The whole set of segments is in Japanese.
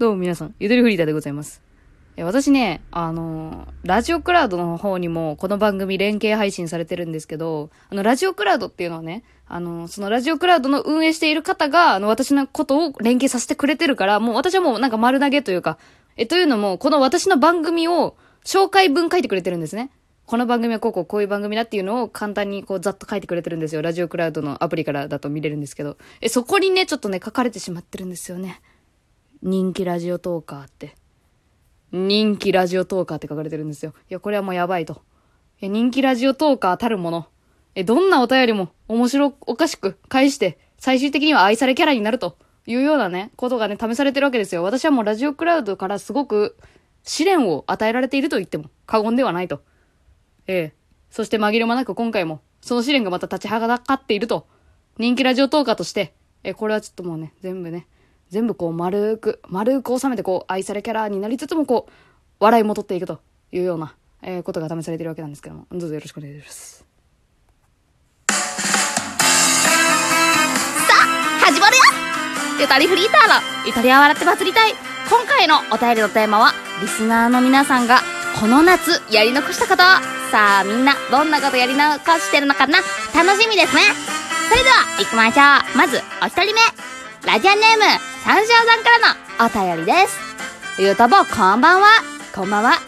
どうも皆さん、ゆとりフリーターでございます。私ね、ラジオクラウドの方にもこの番組連携配信されてるんですけど、ラジオクラウドっていうのはね、そのラジオクラウドの運営している方が、私のことを連携させてくれてるから、もう私はもうなんか丸投げというか、というのも、この私の番組を紹介文書いてくれてるんですね。この番組はこういう番組だっていうのを簡単にざっと書いてくれてるんですよ。ラジオクラウドのアプリからだと見れるんですけど。そこにね、ちょっとね、書かれてしまってるんですよね。人気ラジオトーカーって。人気ラジオトーカーって書かれてるんですよ。いや、これはもうやばいと。人気ラジオトーカーたるもの。どんなお便りも面白おかしく返して、最終的には愛されキャラになるというようなね、ことがね、試されてるわけですよ。私はもうラジオクラウドからすごく試練を与えられていると言っても過言ではないと。そして紛れもなく今回も、その試練がまた立ちはだかっていると。人気ラジオトーカーとして、これはちょっともうね、全部丸く収めて愛されキャラになりつつも笑いも取っていくというような、ことが試されているわけなんですけども、どうぞよろしくお願いします。 さあ、始まるよ。ゆとりフリーターのゆとりは笑って祭りたい。今回のお便りのテーマは、リスナーの皆さんがこの夏やり残したこと。さあみんなどんなことやり残してるのかな、楽しみですね。それでは行きましょう。まずお一人目、ラジオネーム三章さんからのお便りです。ゆとぼこんばんは。こんばんは。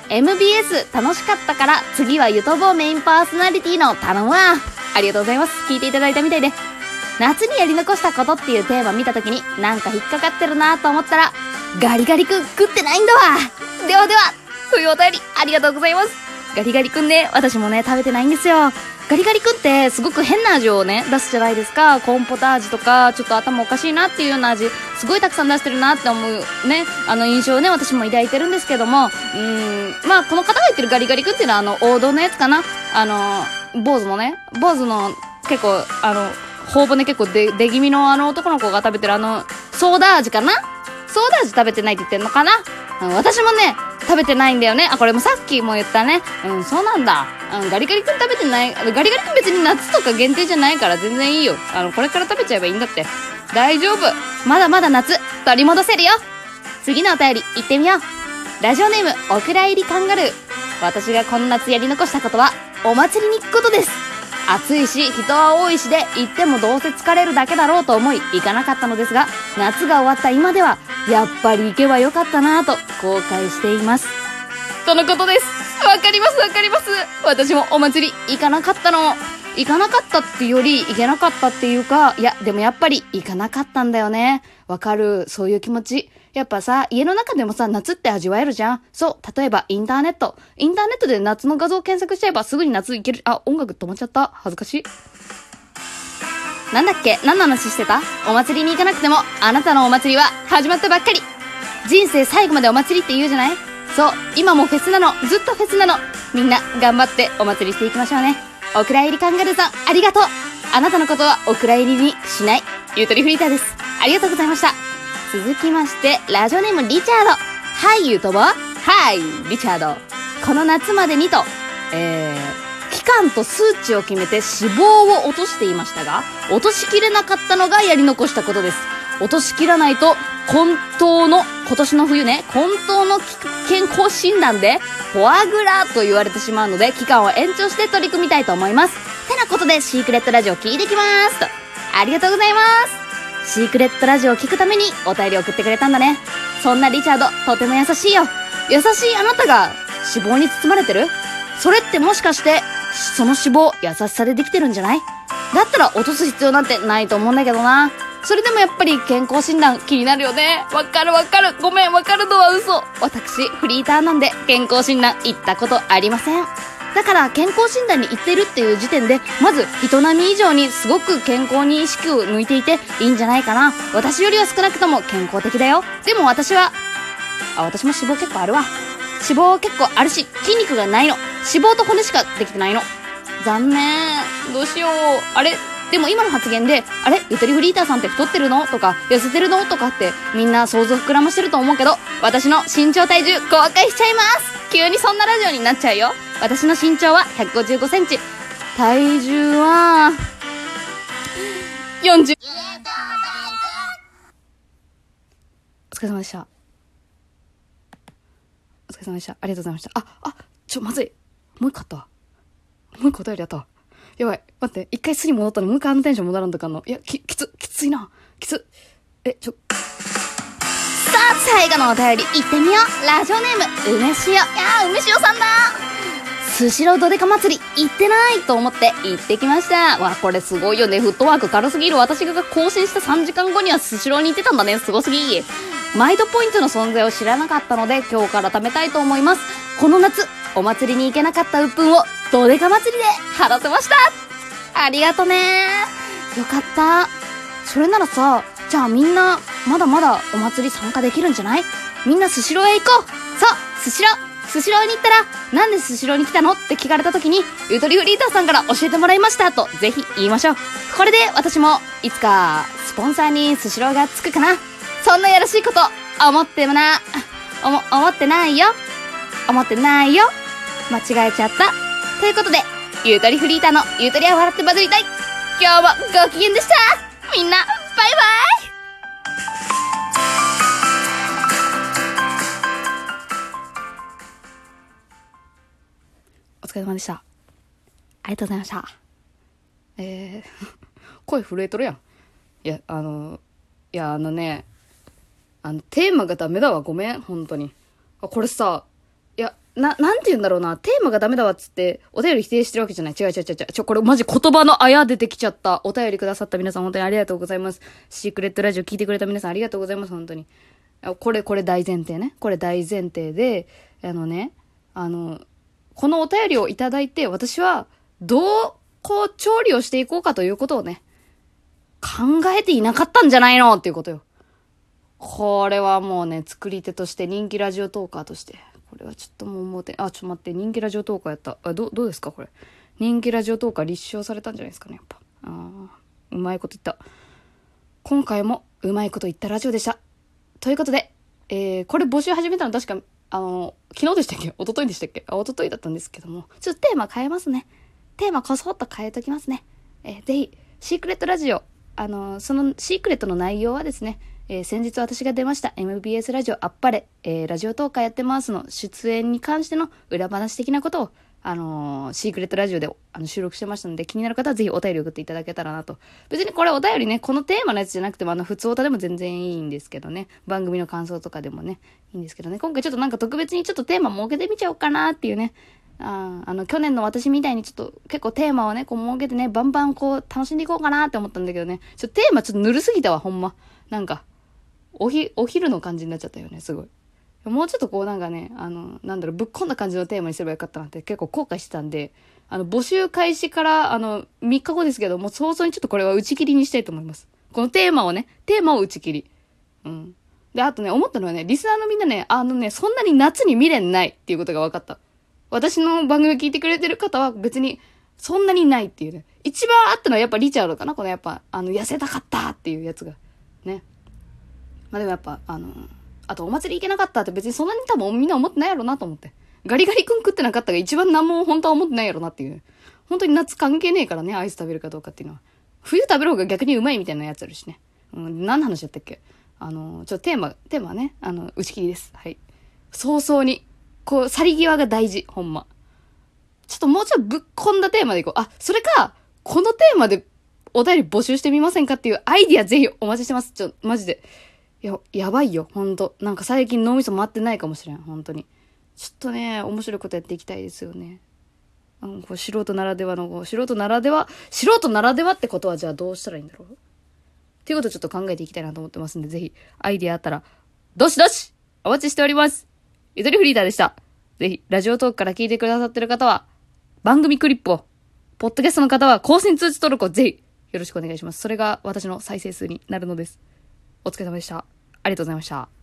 MBS 楽しかったから次はゆとぼメインパーソナリティの頼むわ。ありがとうございます。聞いていただいたみたいで、夏にやり残したことっていうテーマ見たときになんか引っかかってるなと思ったら、ガリガリ君食ってないんだわ。ではというお便りありがとうございます。ガリガリ君ね、私もね食べてないんですよ。ガリガリ君ってすごく変な味をね出すじゃないですか。コーンポタージュとかちょっと頭おかしいなっていうような味すごいたくさん出してるなって思うね、印象をね私も抱いてるんですけども、まあこの方が言ってるガリガリ君っていうのは王道のやつかな。坊主の結構頬骨結構出気味の男の子が食べてるソーダ味かな。ソーダ味食べてないって言ってんのかな。私もね食べてないんだよね。これもさっきも言ったね。そうなんだ。ガリガリ君食べてない。ガリガリ君別に夏とか限定じゃないから全然いいよ。これから食べちゃえばいいんだって。大丈夫。まだまだ夏取り戻せるよ。次のお便り行ってみよう。ラジオネームお蔵入りカンガルー。私がこの夏やり残したことはお祭りに行くことです。暑いし人は多いしで行ってもどうせ疲れるだけだろうと思い行かなかったのですが、夏が終わった今ではやっぱり行けばよかったなぁと後悔していますとのことです。わかります。私もお祭り行かなかったっていうより行けなかったっていうか、いやでもやっぱり行かなかったんだよね。わかる、そういう気持ち。やっぱさ、家の中でもさ、夏って味わえるじゃん。そう、例えばインターネットで夏の画像を検索しちゃえばすぐに夏行ける。音楽止まっちゃった。恥ずかしい。なんだっけ、何の話してた？お祭りに行かなくてもあなたのお祭りは始まったばっかり。人生最後までお祭りって言うじゃない。そう、今もフェスなの。ずっとフェスなの。みんな頑張ってお祭りしていきましょうね。お蔵入りカンガルーさんありがとう。あなたのことはお蔵入りにしないゆとりフリーターです。ありがとうございました。続きましてラジオネームリチャード。はいゆとぼ、はいリチャード。この夏までにと期間と数値を決めて脂肪を落としていましたが、落としきれなかったのがやり残したことです。落としきらないと今年の冬ね、本当の健康診断でフォアグラと言われてしまうので、期間を延長して取り組みたいと思います。てなことでシークレットラジオ聞いてきますと。ありがとうございます。シークレットラジオを聞くためにお便り送ってくれたんだね。そんなリチャードとても優しいよ。優しいあなたが脂肪に包まれてる？それってもしかしてその脂肪優しさでできてるんじゃない？だったら落とす必要なんてないと思うんだけどな。それでもやっぱり健康診断気になるよね。わかる。ごめん、わかるのは嘘。私フリーターなんで健康診断行ったことありません。だから健康診断に行ってるっていう時点でまず人並み以上にすごく健康に意識を向いていていいんじゃないかな。私よりは少なくとも健康的だよ。でも私も脂肪結構あるわ。脂肪結構あるし筋肉がないの。脂肪と骨しかできてないの。残念。どうしよう。あれでも今の発言で、ゆとりフリーターさんって太ってるのとか痩せてるのとかってみんな想像膨らましてると思うけど、私の身長体重公開しちゃいます。急にそんなラジオになっちゃうよ。私の身長は155センチ、体重は40。お疲れ様でした。 れ様でした。ありがとうございました。まずい。もう一個あったわ。もう一個お便りあったわ。やばい。待って。一回巣に戻ったのもう一回テンション戻らんとかんの。いや、きついな。さあ、最後のお便り行ってみよう。ラジオネーム、梅塩。梅塩さんだ。スシローどでか祭り行ってないと思って行ってきました。わ、これすごいよね。フットワーク軽すぎる。私が更新した3時間後にはスシローに行ってたんだね。すごすぎ。マイドポイントの存在を知らなかったので、今日から貯めたいと思います。この夏、お祭りに行けなかった鬱憤をどでか祭りで晴らせました。ありがとね。よかった。それならさ、じゃあみんなまだまだお祭り参加できるんじゃない？みんなスシローへ行こう。そう、スシローに行ったら、なんでスシローに来たのって聞かれた時に、ゆとりフリーターさんから教えてもらいましたとぜひ言いましょう。これで私もいつかスポンサーにスシローがつくかな。そんなやらしいこと思ってないよ。間違えちゃった。ということで、ゆとりフリーターのゆとりは笑ってバズりたい。今日もご機嫌でした。みんな、バイバイ。 お疲れ様でした。ありがとうございました。声震えとるやん。テーマがダメだわ。ごめん、本当に。これさ、なんて言うんだろうな。テーマがダメだわっつって、お便り否定してるわけじゃない。違う。これマジ言葉のあや出てきちゃった。お便りくださった皆さん本当にありがとうございます。シークレットラジオ聞いてくれた皆さんありがとうございます。本当に。これ大前提ね。これ大前提で、このお便りをいただいて、私は、どう、調理をしていこうかということをね、考えていなかったんじゃないのっていうことよ。これはもうね、作り手として、人気ラジオトーカーとして、これはちょっともう思って、ちょっと待って、人気ラジオトーカーやった。どうですかこれ。人気ラジオトーカー立証されたんじゃないですかね、やっぱ。うまいこと言った。今回もうまいこと言ったラジオでした。ということで、これ募集始めたの確か、昨日でしたっけ？一昨日でしたっけ？一昨日だったんですけども、ちょっとテーマ変えますね。テーマこそっと変えときますね。ぜひ、シークレットラジオ、そのシークレットの内容はですね、先日私が出ました MBS ラジオあっぱれ、ラジオトーカーやってますの出演に関しての裏話的なことを、シークレットラジオで収録してましたので、気になる方はぜひお便り送っていただけたらなと。別にこれお便りね、このテーマのやつじゃなくても普通おたでも全然いいんですけどね。番組の感想とかでもね、いいんですけどね。今回ちょっとなんか特別にちょっとテーマ設けてみちゃおうかなっていうね。去年の私みたいにちょっと結構テーマをね、設けてね、バンバン楽しんでいこうかなって思ったんだけどね。テーマちょっとぬるすぎたわ、ほんま。なんか、お昼の感じになっちゃったよね、すごい。もうちょっとぶっ込んだ感じのテーマにすればよかったなって結構後悔してたんで、募集開始から、3日後ですけど、もう早々にちょっとこれは打ち切りにしたいと思います。このテーマを打ち切り。うん。で、あとね、思ったのはね、リスナーのみんなね、そんなに夏に未練ないっていうことが分かった。私の番組聞いてくれてる方は別に、そんなにないっていうね。一番あったのはやっぱリチャードかな、このやっぱ、痩せたかったっていうやつが。ね。まあでもやっぱ、あとお祭り行けなかったって別にそんなに多分みんな思ってないやろなと思って。ガリガリ君食ってなかったが一番何も本当は思ってないやろなっていう。本当に夏関係ねえからね、アイス食べるかどうかっていうのは。冬食べる方が逆にうまいみたいなやつあるしね。何の話だったっけ？テーマはね、打ち切りです。はい。早々に、去り際が大事、ほんま。ちょっともうちょっとぶっ込んだテーマでいこう。それか、このテーマでお便り募集してみませんかっていうアイディアぜひお待ちしてます。マジで。やばいよ、ほんと。なんか最近脳みそ回ってないかもしれん、ほんとに。ちょっとね、面白いことやっていきたいですよね。素人ならではってことはじゃあどうしたらいいんだろうっていうことをちょっと考えていきたいなと思ってますんで、ぜひ、アイディアあったら、どしどしお待ちしております。ゆとりフリーターでした。ぜひ、ラジオトークから聞いてくださってる方は、番組クリップを、ポッドキャストの方は更新通知登録をぜひ、よろしくお願いします。それが私の再生数になるのです。お疲れ様でした。ありがとうございました。